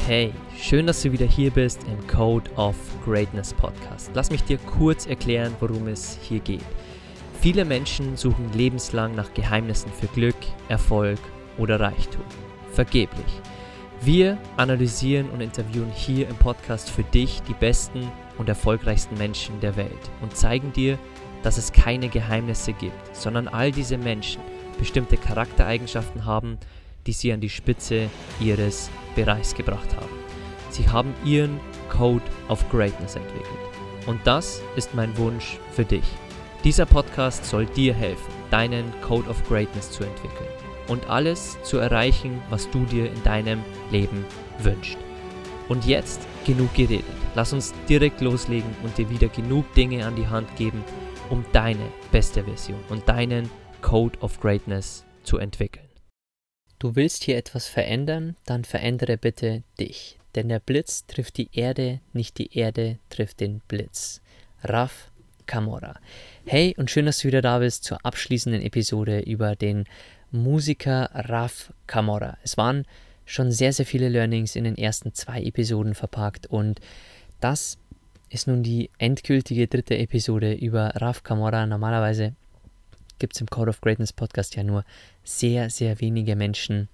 Hey, schön, dass du wieder hier bist im Code of Greatness Podcast. Lass mich dir kurz erklären, worum es hier geht. Viele Menschen suchen lebenslang nach Geheimnissen für Glück, Erfolg oder Reichtum. Vergeblich. Wir analysieren und interviewen hier im Podcast für dich die besten und erfolgreichsten Menschen der Welt und zeigen dir, dass es keine Geheimnisse gibt, sondern all diese Menschen bestimmte Charaktereigenschaften haben, die sie an die Spitze ihres Bereichs gebracht haben. Sie haben ihren Code of Greatness entwickelt. Und das ist mein Wunsch für dich. Dieser Podcast soll dir helfen, deinen Code of Greatness zu entwickeln und alles zu erreichen, was du dir in deinem Leben wünschst. Und jetzt genug geredet. Lass uns direkt loslegen und dir wieder genug Dinge an die Hand geben, um deine beste Version und deinen Code of Greatness zu entwickeln. Du willst hier etwas verändern, dann verändere bitte dich. Denn der Blitz trifft die Erde, nicht die Erde trifft den Blitz. Raf Camora. Hey und schön, dass du wieder da bist zur abschließenden Episode über den Musiker Raf Camora. Es waren schon sehr, sehr viele Learnings in den ersten 2 Episoden verpackt und das ist nun die endgültige 3. Episode über Raf Camora. Normalerweise gibt es im Code of Greatness Podcast ja nur sehr, sehr wenige Menschen,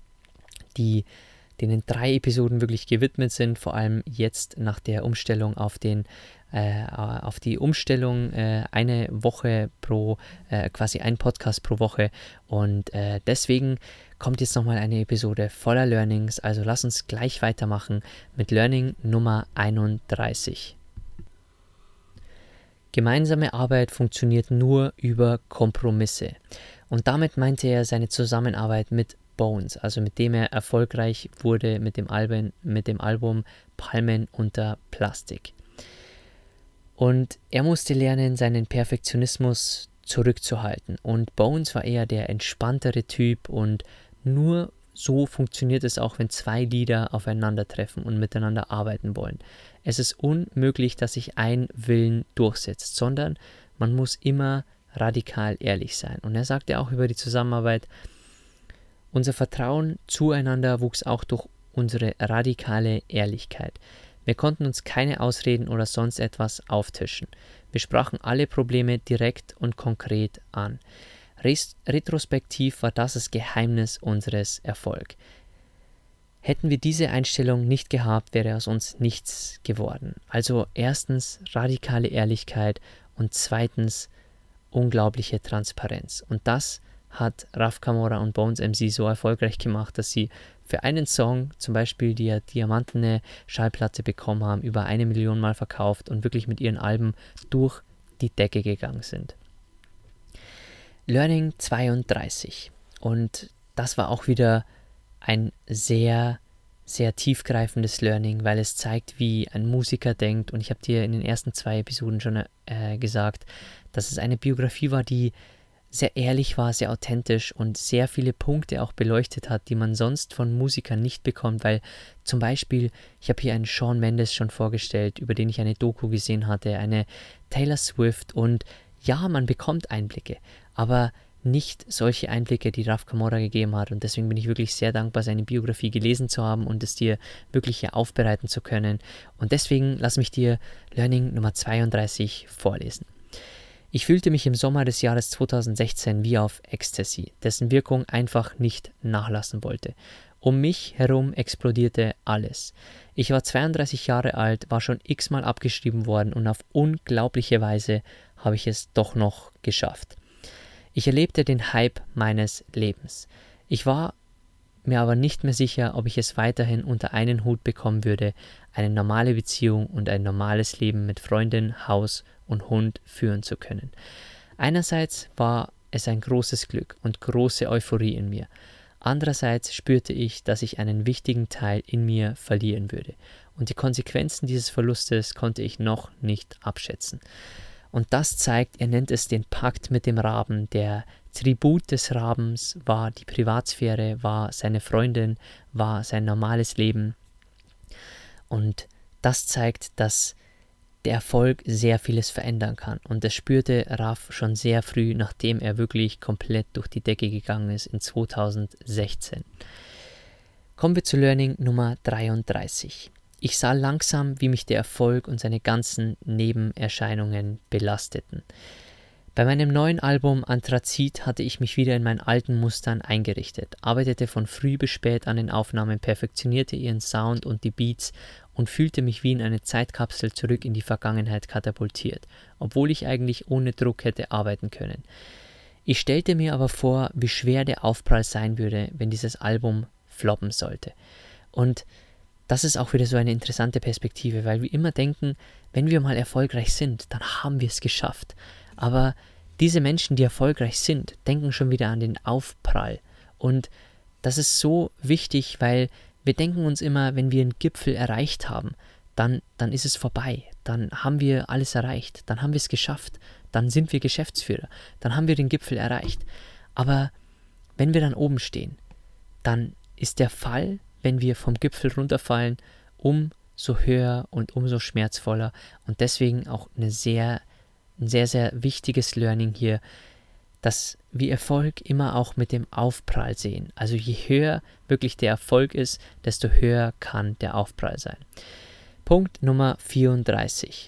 denen 3 Episoden wirklich gewidmet sind, vor allem jetzt nach der Umstellung auf die Umstellung eine Woche quasi ein Podcast pro Woche und deswegen kommt jetzt nochmal eine Episode voller Learnings, also lass uns gleich weitermachen mit Learning Nummer 31. Gemeinsame Arbeit funktioniert nur über Kompromisse. Und damit meinte er seine Zusammenarbeit mit Bones, also mit dem er erfolgreich wurde mit dem Album Palmen unter Plastik. Und er musste lernen, seinen Perfektionismus zurückzuhalten. Und Bones war eher der entspanntere Typ und nur so funktioniert es auch, wenn 2 Leader aufeinandertreffen und miteinander arbeiten wollen. Es ist unmöglich, dass sich ein Willen durchsetzt, sondern man muss immer radikal ehrlich sein. Und er sagte auch über die Zusammenarbeit, unser Vertrauen zueinander wuchs auch durch unsere radikale Ehrlichkeit. Wir konnten uns keine Ausreden oder sonst etwas auftischen. Wir sprachen alle Probleme direkt und konkret an. Retrospektiv war das Geheimnis unseres Erfolgs. Hätten wir diese Einstellung nicht gehabt, wäre aus uns nichts geworden. Also erstens radikale Ehrlichkeit und zweitens unglaubliche Transparenz. Und das hat Raf Camora und Bones MC so erfolgreich gemacht, dass sie für einen Song, zum Beispiel die diamantene Schallplatte bekommen haben, über 1 Million Mal verkauft und wirklich mit ihren Alben durch die Decke gegangen sind. Learning 32. Und das war auch wieder ein sehr, sehr tiefgreifendes Learning, weil es zeigt, wie ein Musiker denkt. Und ich habe dir in den ersten 2 Episoden schon gesagt, dass es eine Biografie war, die sehr ehrlich war, sehr authentisch und sehr viele Punkte auch beleuchtet hat, die man sonst von Musikern nicht bekommt, weil zum Beispiel, ich habe hier einen Shawn Mendes schon vorgestellt, über den ich eine Doku gesehen hatte, eine Taylor Swift und ja, man bekommt Einblicke, aber nicht solche Einblicke, die Raf Camora gegeben hat und deswegen bin ich wirklich sehr dankbar, seine Biografie gelesen zu haben und es dir wirklich hier aufbereiten zu können und deswegen lass mich dir Learning Nummer 32 vorlesen. Ich fühlte mich im Sommer des Jahres 2016 wie auf Ecstasy, dessen Wirkung einfach nicht nachlassen wollte. Um mich herum explodierte alles. Ich war 32 Jahre alt, war schon x-mal abgeschrieben worden und auf unglaubliche Weise habe ich es doch noch geschafft. Ich erlebte den Hype meines Lebens. Ich war mir aber nicht mehr sicher, ob ich es weiterhin unter einen Hut bekommen würde, eine normale Beziehung und ein normales Leben mit Freundin, Haus und Hund führen zu können. Einerseits war es ein großes Glück und große Euphorie in mir. Andererseits spürte ich, dass ich einen wichtigen Teil in mir verlieren würde. Und die Konsequenzen dieses Verlustes konnte ich noch nicht abschätzen. Und das zeigt, er nennt es den Pakt mit dem Raben. Der Tribut des Rabens war die Privatsphäre, war seine Freundin, war sein normales Leben. Und das zeigt, dass der Erfolg sehr vieles verändern kann. Und das spürte Raf schon sehr früh, nachdem er wirklich komplett durch die Decke gegangen ist in 2016. Kommen wir zu Learning Nummer 33. Ich sah langsam, wie mich der Erfolg und seine ganzen Nebenerscheinungen belasteten. Bei meinem neuen Album Anthrazit hatte ich mich wieder in meinen alten Mustern eingerichtet, arbeitete von früh bis spät an den Aufnahmen, perfektionierte ihren Sound und die Beats und fühlte mich wie in eine Zeitkapsel zurück in die Vergangenheit katapultiert, obwohl ich eigentlich ohne Druck hätte arbeiten können. Ich stellte mir aber vor, wie schwer der Aufprall sein würde, wenn dieses Album floppen sollte. Und das ist auch wieder so eine interessante Perspektive, weil wir immer denken, wenn wir mal erfolgreich sind, dann haben wir es geschafft. Aber diese Menschen, die erfolgreich sind, denken schon wieder an den Aufprall. Und das ist so wichtig, weil wir denken uns immer, wenn wir einen Gipfel erreicht haben, dann ist es vorbei. Dann haben wir alles erreicht. Dann haben wir es geschafft. Dann sind wir Geschäftsführer. Dann haben wir den Gipfel erreicht. Aber wenn wir dann oben stehen, dann ist der Fall, wenn wir vom Gipfel runterfallen, umso höher und umso schmerzvoller. Und deswegen auch ein sehr, sehr wichtiges Learning hier, dass wir Erfolg immer auch mit dem Aufprall sehen. Also je höher wirklich der Erfolg ist, desto höher kann der Aufprall sein. Punkt Nummer 34.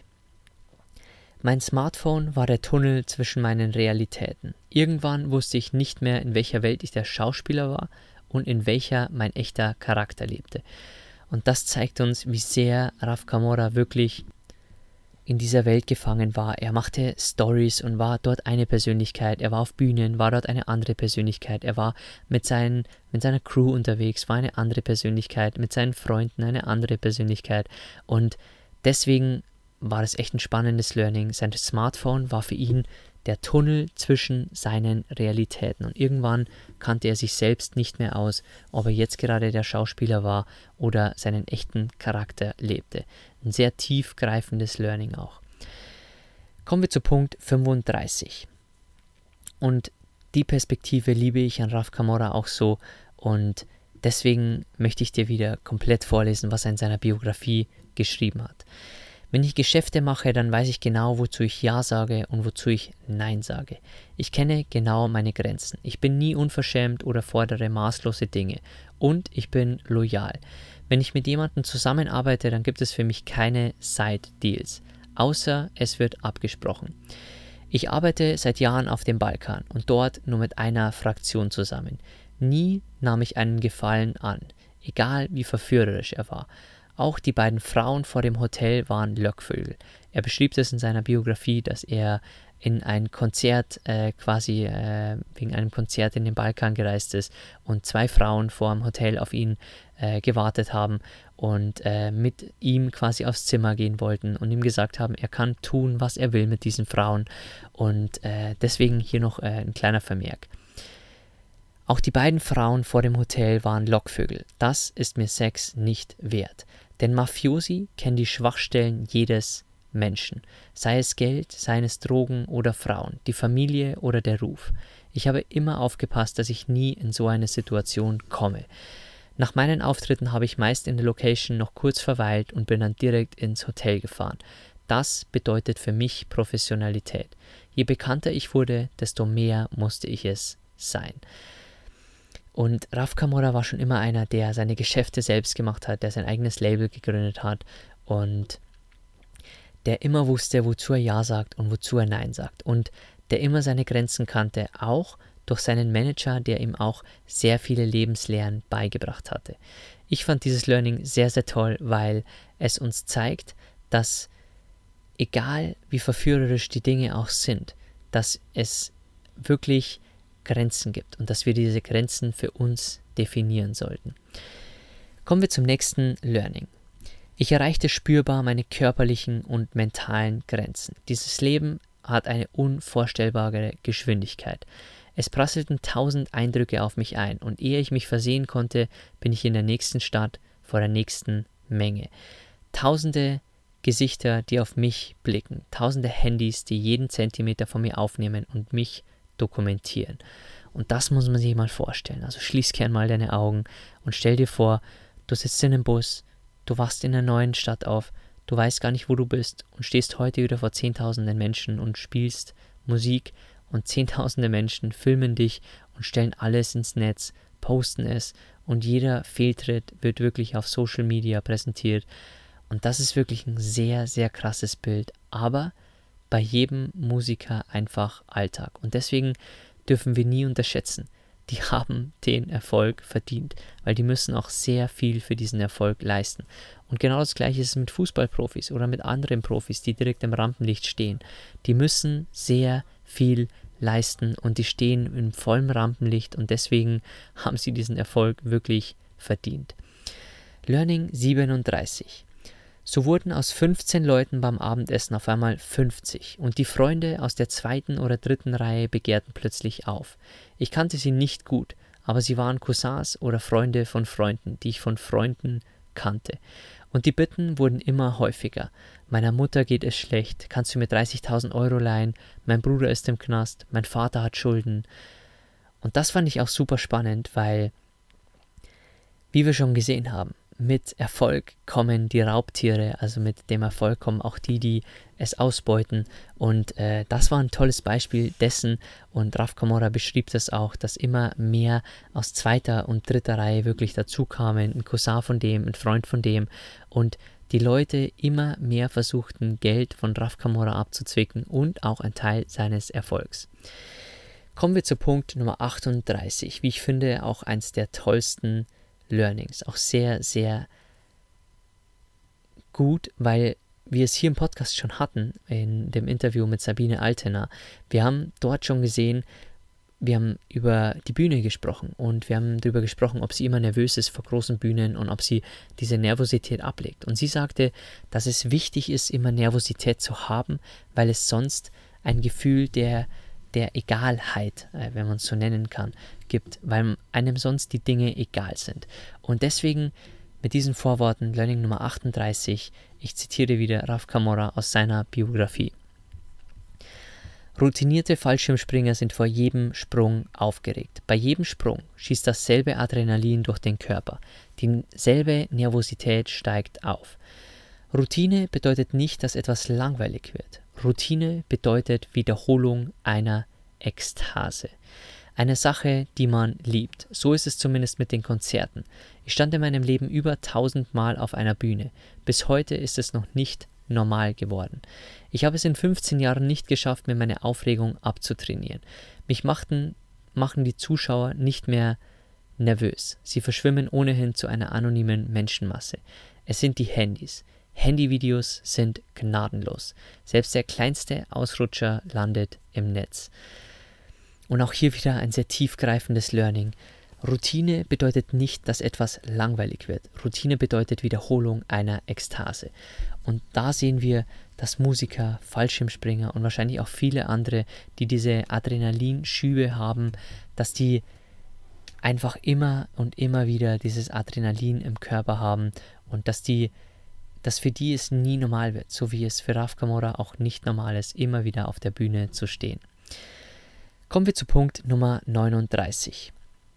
Mein Smartphone war der Tunnel zwischen meinen Realitäten. Irgendwann wusste ich nicht mehr, in welcher Welt ich der Schauspieler war und in welcher mein echter Charakter lebte. Und das zeigt uns, wie sehr Raf Camora wirklich in dieser Welt gefangen war. Er machte Stories und war dort eine Persönlichkeit. Er war auf Bühnen, war dort eine andere Persönlichkeit. Er war mit seiner Crew unterwegs, war eine andere Persönlichkeit. Mit seinen Freunden eine andere Persönlichkeit. Und deswegen war es echt ein spannendes Learning. Sein Smartphone war für ihn der Tunnel zwischen seinen Realitäten. Und irgendwann kannte er sich selbst nicht mehr aus, ob er jetzt gerade der Schauspieler war oder seinen echten Charakter lebte. Ein sehr tiefgreifendes Learning auch. Kommen wir zu Punkt 35. Und die Perspektive liebe ich an Raf Camora auch so. Und deswegen möchte ich dir wieder komplett vorlesen, was er in seiner Biografie geschrieben hat. Wenn ich Geschäfte mache, dann weiß ich genau, wozu ich Ja sage und wozu ich Nein sage. Ich kenne genau meine Grenzen. Ich bin nie unverschämt oder fordere maßlose Dinge. Und ich bin loyal. Wenn ich mit jemandem zusammenarbeite, dann gibt es für mich keine Side-Deals. Außer es wird abgesprochen. Ich arbeite seit Jahren auf dem Balkan und dort nur mit einer Fraktion zusammen. Nie nahm ich einen Gefallen an, egal wie verführerisch er war. Auch die beiden Frauen vor dem Hotel waren Lockvögel. Er beschrieb das in seiner Biografie, dass er in ein Konzert wegen einem Konzert in den Balkan gereist ist und 2 Frauen vor dem Hotel auf ihn gewartet haben und mit ihm quasi aufs Zimmer gehen wollten und ihm gesagt haben, er kann tun, was er will mit diesen Frauen. Und deswegen hier noch ein kleiner Vermerk. Auch die beiden Frauen vor dem Hotel waren Lockvögel. Das ist mir Sex nicht wert. Denn Mafiosi kennen die Schwachstellen jedes Menschen. Sei es Geld, seien es Drogen oder Frauen, die Familie oder der Ruf. Ich habe immer aufgepasst, dass ich nie in so eine Situation komme. Nach meinen Auftritten habe ich meist in der Location noch kurz verweilt und bin dann direkt ins Hotel gefahren. Das bedeutet für mich Professionalität. Je bekannter ich wurde, desto mehr musste ich es sein. Und Raf Camora war schon immer einer, der seine Geschäfte selbst gemacht hat, der sein eigenes Label gegründet hat und der immer wusste, wozu er Ja sagt und wozu er Nein sagt. Und der immer seine Grenzen kannte, auch durch seinen Manager, der ihm auch sehr viele Lebenslehren beigebracht hatte. Ich fand dieses Learning sehr, sehr toll, weil es uns zeigt, dass egal wie verführerisch die Dinge auch sind, dass es wirklich Grenzen gibt und dass wir diese Grenzen für uns definieren sollten. Kommen wir zum nächsten Learning. Ich erreichte spürbar meine körperlichen und mentalen Grenzen. Dieses Leben hat eine unvorstellbare Geschwindigkeit. Es prasselten 1000 Eindrücke auf mich ein und ehe ich mich versehen konnte, bin ich in der nächsten Stadt vor der nächsten Menge. Tausende Gesichter, die auf mich blicken, tausende Handys, die jeden Zentimeter von mir aufnehmen und mich dokumentieren. Und das muss man sich mal vorstellen. Also schließ gern mal deine Augen und stell dir vor, du sitzt in einem Bus, du wachst in einer neuen Stadt auf, du weißt gar nicht, wo du bist und stehst heute wieder vor Zehntausenden Menschen und spielst Musik und Zehntausende Menschen filmen dich und stellen alles ins Netz, posten es und jeder Fehltritt wird wirklich auf Social Media präsentiert. Und das ist wirklich ein sehr, sehr krasses Bild, aber bei jedem Musiker einfach Alltag. Und deswegen dürfen wir nie unterschätzen, die haben den Erfolg verdient, weil die müssen auch sehr viel für diesen Erfolg leisten. Und genau das Gleiche ist es mit Fußballprofis oder mit anderen Profis, die direkt im Rampenlicht stehen. Die müssen sehr viel leisten und die stehen im vollen Rampenlicht und deswegen haben sie diesen Erfolg wirklich verdient. Learning 37. So wurden aus 15 Leuten beim Abendessen auf einmal 50 und die Freunde aus der 2. oder 3. Reihe begehrten plötzlich auf. Ich kannte sie nicht gut, aber sie waren Cousins oder Freunde von Freunden, die ich von Freunden kannte. Und die Bitten wurden immer häufiger. Meiner Mutter geht es schlecht, kannst du mir 30.000 Euro leihen? Mein Bruder ist im Knast, mein Vater hat Schulden. Und das fand ich auch super spannend, weil, wie wir schon gesehen haben, mit Erfolg kommen die Raubtiere, also mit dem Erfolg kommen auch die es ausbeuten. Und das war ein tolles Beispiel dessen. Und Raf Kamora beschrieb das auch, dass immer mehr aus 2. und 3. Reihe wirklich dazu kamen. Ein Cousin von dem, ein Freund von dem. Und die Leute immer mehr versuchten, Geld von Raf Kamora abzuzwicken und auch ein Teil seines Erfolgs. Kommen wir zu Punkt Nummer 38, wie ich finde, auch eins der tollsten Learnings. Auch sehr, sehr gut, weil wir es hier im Podcast schon hatten, in dem Interview mit Sabine Altena. Wir haben dort schon gesehen, wir haben über die Bühne gesprochen und wir haben darüber gesprochen, ob sie immer nervös ist vor großen Bühnen und ob sie diese Nervosität ablegt. Und sie sagte, dass es wichtig ist, immer Nervosität zu haben, weil es sonst ein Gefühl der Egalheit, wenn man es so nennen kann, gibt, weil einem sonst die Dinge egal sind. Und deswegen mit diesen Vorworten, Learning Nummer 38, ich zitiere wieder Raf Kamora aus seiner Biografie. Routinierte Fallschirmspringer sind vor jedem Sprung aufgeregt. Bei jedem Sprung schießt dasselbe Adrenalin durch den Körper. Dieselbe Nervosität steigt auf. Routine bedeutet nicht, dass etwas langweilig wird. Routine bedeutet Wiederholung einer Ekstase. Eine Sache, die man liebt. So ist es zumindest mit den Konzerten. Ich stand in meinem Leben über 1000 Mal auf einer Bühne. Bis heute ist es noch nicht normal geworden. Ich habe es in 15 Jahren nicht geschafft, mir meine Aufregung abzutrainieren. Mich machen die Zuschauer nicht mehr nervös. Sie verschwimmen ohnehin zu einer anonymen Menschenmasse. Es sind die Handys. Handyvideos sind gnadenlos. Selbst der kleinste Ausrutscher landet im Netz. Und auch hier wieder ein sehr tiefgreifendes Learning. Routine bedeutet nicht, dass etwas langweilig wird. Routine bedeutet Wiederholung einer Ekstase. Und da sehen wir, dass Musiker, Fallschirmspringer und wahrscheinlich auch viele andere, die diese Adrenalinschübe haben, dass die einfach immer und immer wieder dieses Adrenalin im Körper haben und dass für die es nie normal wird, so wie es für Raf Kamora auch nicht normal ist, immer wieder auf der Bühne zu stehen. Kommen wir zu Punkt Nummer 39.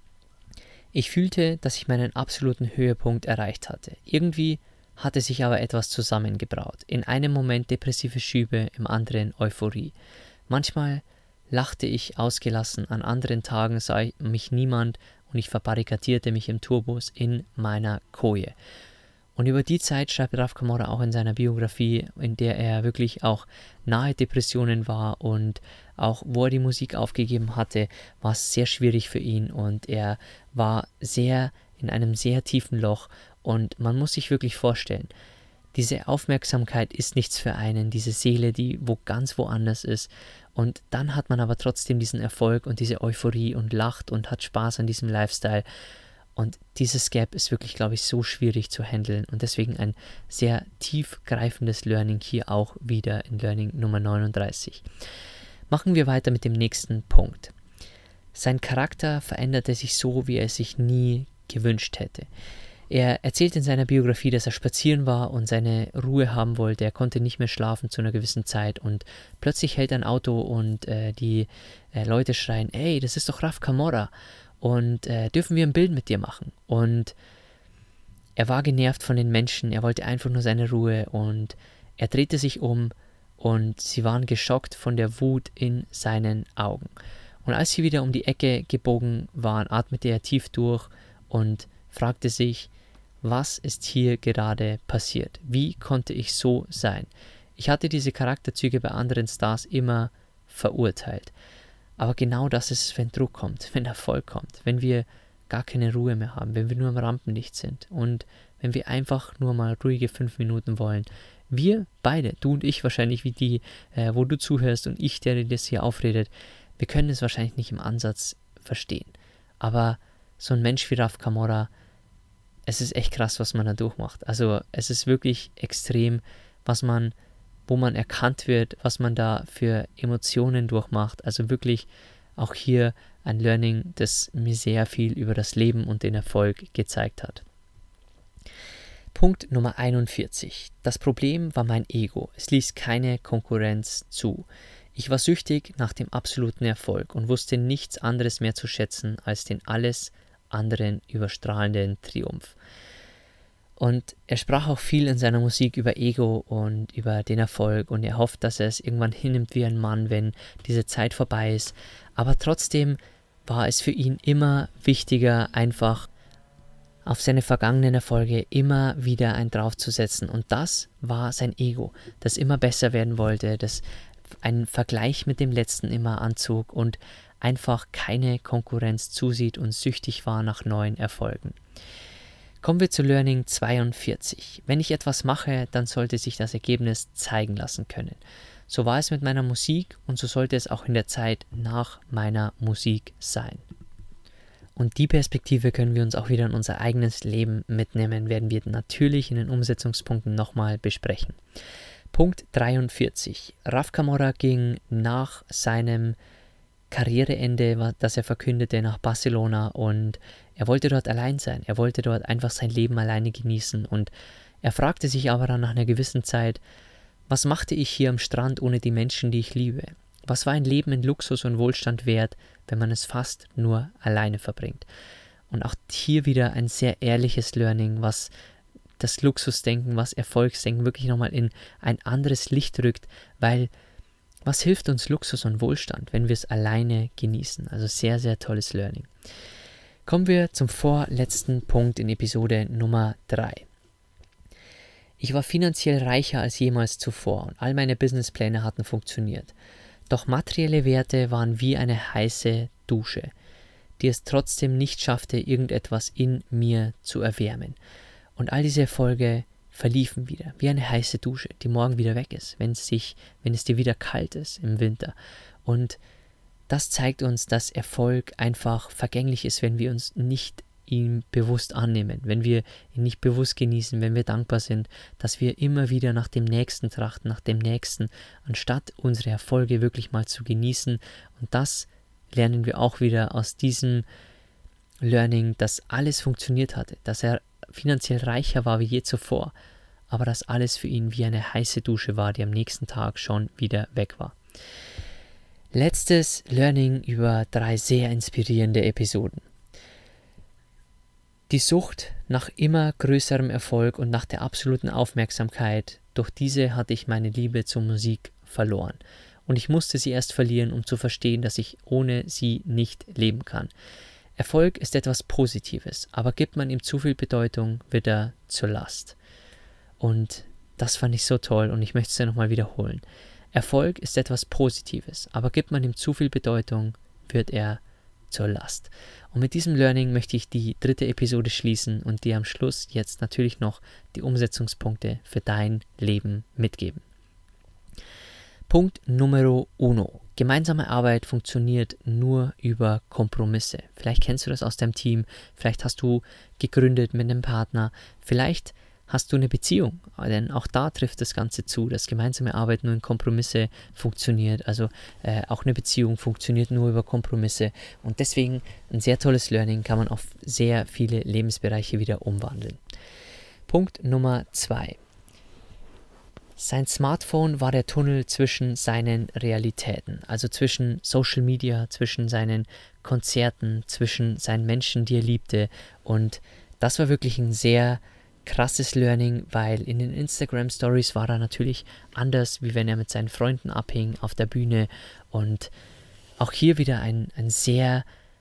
Ich fühlte, dass ich meinen absoluten Höhepunkt erreicht hatte. Irgendwie hatte sich aber etwas zusammengebraut. In einem Moment depressive Schübe, im anderen Euphorie. Manchmal lachte ich ausgelassen, an anderen Tagen sah mich niemand und ich verbarrikadierte mich im Tourbus in meiner Koje. Und über die Zeit schreibt Raf Kamora auch in seiner Biografie, in der er wirklich auch nahe Depressionen war und auch wo er die Musik aufgegeben hatte, war es sehr schwierig für ihn und er war in einem sehr tiefen Loch und man muss sich wirklich vorstellen, diese Aufmerksamkeit ist nichts für einen, diese Seele, die ganz woanders ist und dann hat man aber trotzdem diesen Erfolg und diese Euphorie und lacht und hat Spaß an diesem Lifestyle. Und dieses Gap ist wirklich, glaube ich, so schwierig zu handeln und deswegen ein sehr tiefgreifendes Learning hier auch wieder in Learning Nummer 39. Machen wir weiter mit dem nächsten Punkt. Sein Charakter veränderte sich so, wie er es sich nie gewünscht hätte. Er erzählt in seiner Biografie, dass er spazieren war und seine Ruhe haben wollte. Er konnte nicht mehr schlafen zu einer gewissen Zeit und plötzlich hält ein Auto und die Leute schreien, ey, das ist doch Raf Kamora. Und dürfen wir ein Bild mit dir machen? Und er war genervt von den Menschen, er wollte einfach nur seine Ruhe und er drehte sich um und sie waren geschockt von der Wut in seinen Augen. Und als sie wieder um die Ecke gebogen waren, atmete er tief durch und fragte sich, was ist hier gerade passiert? Wie konnte ich so sein? Ich hatte diese Charakterzüge bei anderen Stars immer verurteilt. Aber genau das ist es, wenn Druck kommt, wenn Erfolg kommt, wenn wir gar keine Ruhe mehr haben, wenn wir nur am Rampenlicht sind und wenn wir einfach nur mal ruhige 5 Minuten wollen. Wir beide, du und ich wahrscheinlich, wie die, wo du zuhörst und ich, der dir das hier aufredet, wir können es wahrscheinlich nicht im Ansatz verstehen. Aber so ein Mensch wie Raf Camora, es ist echt krass, was man da durchmacht. Also es ist wirklich extrem, wo man erkannt wird, was man da für Emotionen durchmacht. Also wirklich auch hier ein Learning, das mir sehr viel über das Leben und den Erfolg gezeigt hat. Punkt Nummer 41. Das Problem war mein Ego. Es ließ keine Konkurrenz zu. Ich war süchtig nach dem absoluten Erfolg und wusste nichts anderes mehr zu schätzen als den alles anderen überstrahlenden Triumph. Und er sprach auch viel in seiner Musik über Ego und über den Erfolg und er hofft, dass er es irgendwann hinnimmt wie ein Mann, wenn diese Zeit vorbei ist. Aber trotzdem war es für ihn immer wichtiger, einfach auf seine vergangenen Erfolge immer wieder einen draufzusetzen. Und das war sein Ego, das immer besser werden wollte, das einen Vergleich mit dem Letzten immer anzog und einfach keine Konkurrenz zusieht und süchtig war nach neuen Erfolgen. Kommen wir zu Learning 42. Wenn ich etwas mache, dann sollte sich das Ergebnis zeigen lassen können. So war es mit meiner Musik und so sollte es auch in der Zeit nach meiner Musik sein. Und die Perspektive können wir uns auch wieder in unser eigenes Leben mitnehmen, werden wir natürlich in den Umsetzungspunkten nochmal besprechen. Punkt 43. Raf Camora ging nach seinem Karriereende, das er verkündete, nach Barcelona und er wollte dort allein sein. Er wollte dort einfach sein Leben alleine genießen und er fragte sich aber dann nach einer gewissen Zeit, was machte ich hier am Strand ohne die Menschen, die ich liebe? Was war ein Leben in Luxus und Wohlstand wert, wenn man es fast nur alleine verbringt? Und auch hier wieder ein sehr ehrliches Learning, was das Luxusdenken, was Erfolgsdenken wirklich nochmal in ein anderes Licht rückt, weil was hilft uns Luxus und Wohlstand, wenn wir es alleine genießen? Also sehr, sehr tolles Learning. Kommen wir zum vorletzten Punkt in Episode Nummer 3. Ich war finanziell reicher als jemals zuvor und all meine Businesspläne hatten funktioniert. Doch materielle Werte waren wie eine heiße Dusche, die es trotzdem nicht schaffte, irgendetwas in mir zu erwärmen. Und all diese Erfolge verliefen wieder, wie eine heiße Dusche, die morgen wieder weg ist, wenn es dir wieder kalt ist im Winter. Und das zeigt uns, dass Erfolg einfach vergänglich ist, wenn wir uns nicht ihn bewusst annehmen, wenn wir ihn nicht bewusst genießen, wenn wir dankbar sind, dass wir immer wieder nach dem Nächsten trachten, nach dem Nächsten, anstatt unsere Erfolge wirklich mal zu genießen. Und das lernen wir auch wieder aus diesem Learning, dass alles funktioniert hatte, dass er finanziell reicher war wie je zuvor, aber dass alles für ihn wie eine heiße Dusche war, die am nächsten Tag schon wieder weg war. Letztes Learning über 3 sehr inspirierende Episoden. Die Sucht nach immer größerem Erfolg und nach der absoluten Aufmerksamkeit, durch diese hatte ich meine Liebe zur Musik verloren. Und ich musste sie erst verlieren, um zu verstehen, dass ich ohne sie nicht leben kann. Erfolg ist etwas Positives, aber gibt man ihm zu viel Bedeutung, wird er zur Last. Und das fand ich so toll und ich möchte es ja nochmal wiederholen. Erfolg ist etwas Positives, aber gibt man ihm zu viel Bedeutung, wird er zur Last. Und mit diesem Learning möchte ich die 3. Episode schließen und dir am Schluss jetzt natürlich noch die Umsetzungspunkte für dein Leben mitgeben. Punkt Numero 1. Gemeinsame Arbeit funktioniert nur über Kompromisse. Vielleicht kennst du das aus deinem Team, vielleicht hast du gegründet mit einem Partner, vielleicht hast du eine Beziehung, denn auch da trifft das Ganze zu, dass gemeinsame Arbeit nur in Kompromisse funktioniert, also auch eine Beziehung funktioniert nur über Kompromisse und deswegen ein sehr tolles Learning, kann man auf sehr viele Lebensbereiche wieder umwandeln. Punkt Nummer 2. Sein Smartphone war der Tunnel zwischen seinen Realitäten, also zwischen Social Media, zwischen seinen Konzerten, zwischen seinen Menschen, die er liebte und das war wirklich ein sehr krasses Learning, weil in den Instagram Stories war er natürlich anders, wie wenn er mit seinen Freunden abhing auf der Bühne und auch hier wieder ein sehr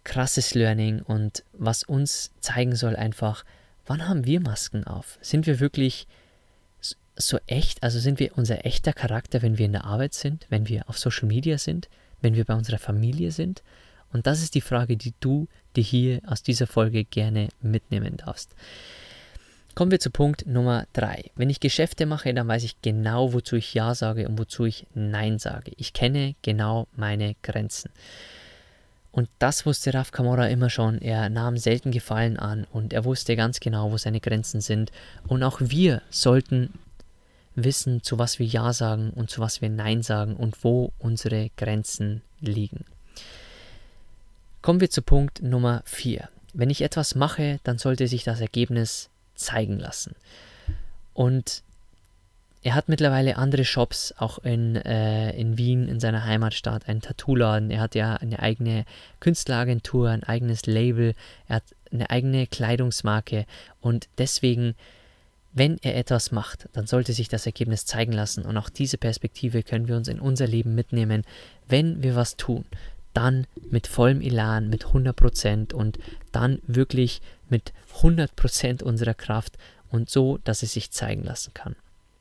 krasses Learning und was uns zeigen soll einfach, wann haben wir Masken auf? Sind wir wirklich so echt, also sind wir unser echter Charakter, wenn wir in der Arbeit sind, wenn wir auf Social Media sind, wenn wir bei unserer Familie sind? Und das ist die Frage, die du dir hier aus dieser Folge gerne mitnehmen darfst. Kommen wir zu Punkt Nummer 3. Wenn ich Geschäfte mache, dann weiß ich genau, wozu ich Ja sage und wozu ich Nein sage. Ich kenne genau meine Grenzen. Und das wusste Raf Camora immer schon. Er nahm selten Gefallen an und er wusste ganz genau, wo seine Grenzen sind. Und auch wir sollten wissen, zu was wir Ja sagen und zu was wir Nein sagen und wo unsere Grenzen liegen. Kommen wir zu Punkt Nummer 4. Wenn ich etwas mache, dann sollte sich das Ergebnis zeigen lassen. Und er hat mittlerweile andere Shops, auch in Wien, in seiner Heimatstadt, einen Tattoo-Laden. Er hat ja eine eigene Künstleragentur, ein eigenes Label, er hat eine eigene Kleidungsmarke und deswegen, wenn er etwas macht, dann sollte sich das Ergebnis zeigen lassen und auch diese Perspektive können wir uns in unser Leben mitnehmen. Wenn wir was tun, dann mit vollem Elan, mit 100% und dann wirklich mit 100% unserer Kraft und so, dass es sich zeigen lassen kann.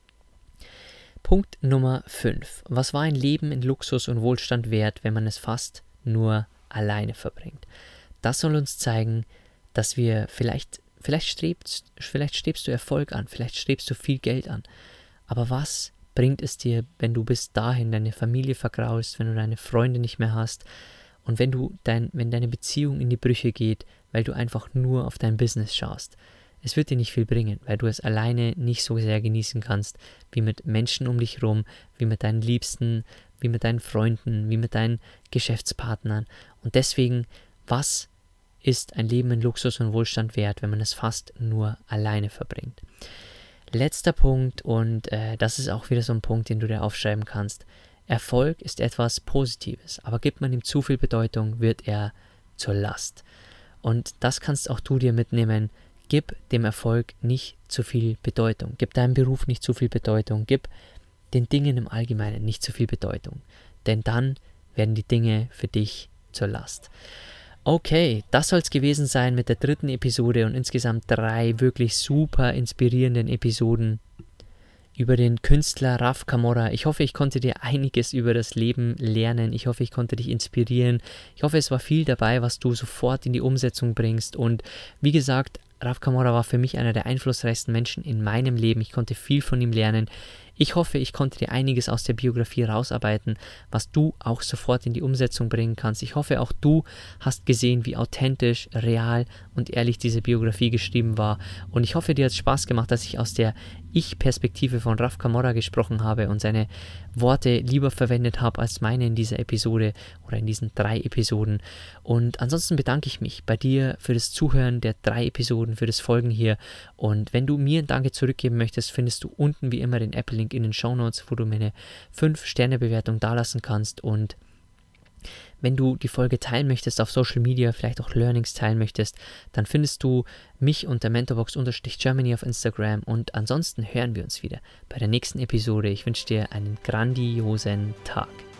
Punkt Nummer 5. Was war ein Leben in Luxus und Wohlstand wert, wenn man es fast nur alleine verbringt? Das soll uns zeigen, dass wir vielleicht strebst du Erfolg an, vielleicht strebst du viel Geld an, aber was bringt es dir, wenn du bis dahin deine Familie vergraust, wenn du deine Freunde nicht mehr hast und wenn deine Beziehung in die Brüche geht, weil du einfach nur auf dein Business schaust? Es wird dir nicht viel bringen, weil du es alleine nicht so sehr genießen kannst, wie mit Menschen um dich rum, wie mit deinen Liebsten, wie mit deinen Freunden, wie mit deinen Geschäftspartnern. Und deswegen, was ist ein Leben in Luxus und Wohlstand wert, wenn man es fast nur alleine verbringt? Letzter Punkt, und das ist auch wieder so ein Punkt, den du dir aufschreiben kannst. Erfolg ist etwas Positives, aber gibt man ihm zu viel Bedeutung, wird er zur Last. Und das kannst auch du dir mitnehmen. Gib dem Erfolg nicht zu viel Bedeutung. Gib deinem Beruf nicht zu viel Bedeutung. Gib den Dingen im Allgemeinen nicht zu viel Bedeutung. Denn dann werden die Dinge für dich zur Last. Okay, das soll es gewesen sein mit der 3. Episode und insgesamt 3 wirklich super inspirierenden Episoden über den Künstler Raf Camora. Ich hoffe, ich konnte dir einiges über das Leben lernen. Ich hoffe, ich konnte dich inspirieren. Ich hoffe, es war viel dabei, was du sofort in die Umsetzung bringst. Und wie gesagt, Raf Camora war für mich einer der einflussreichsten Menschen in meinem Leben. Ich konnte viel von ihm lernen. Ich hoffe, ich konnte dir einiges aus der Biografie rausarbeiten, was du auch sofort in die Umsetzung bringen kannst. Ich hoffe, auch du hast gesehen, wie authentisch, real und ehrlich diese Biografie geschrieben war. Und ich hoffe, dir hat es Spaß gemacht, dass ich aus der Ich-Perspektive von Raf Camora gesprochen habe und seine Worte lieber verwendet habe als meine in dieser Episode oder in diesen 3 Episoden. Und ansonsten bedanke ich mich bei dir für das Zuhören der 3 Episoden, für das Folgen hier. Und wenn du mir ein Danke zurückgeben möchtest, findest du unten wie immer den Apple-Link in den Shownotes, wo du mir eine 5-Sterne-Bewertung dalassen kannst. Und wenn du die Folge teilen möchtest auf Social Media, vielleicht auch Learnings teilen möchtest, dann findest du mich unter mentorbox_Germany auf Instagram und ansonsten hören wir uns wieder bei der nächsten Episode. Ich wünsche dir einen grandiosen Tag.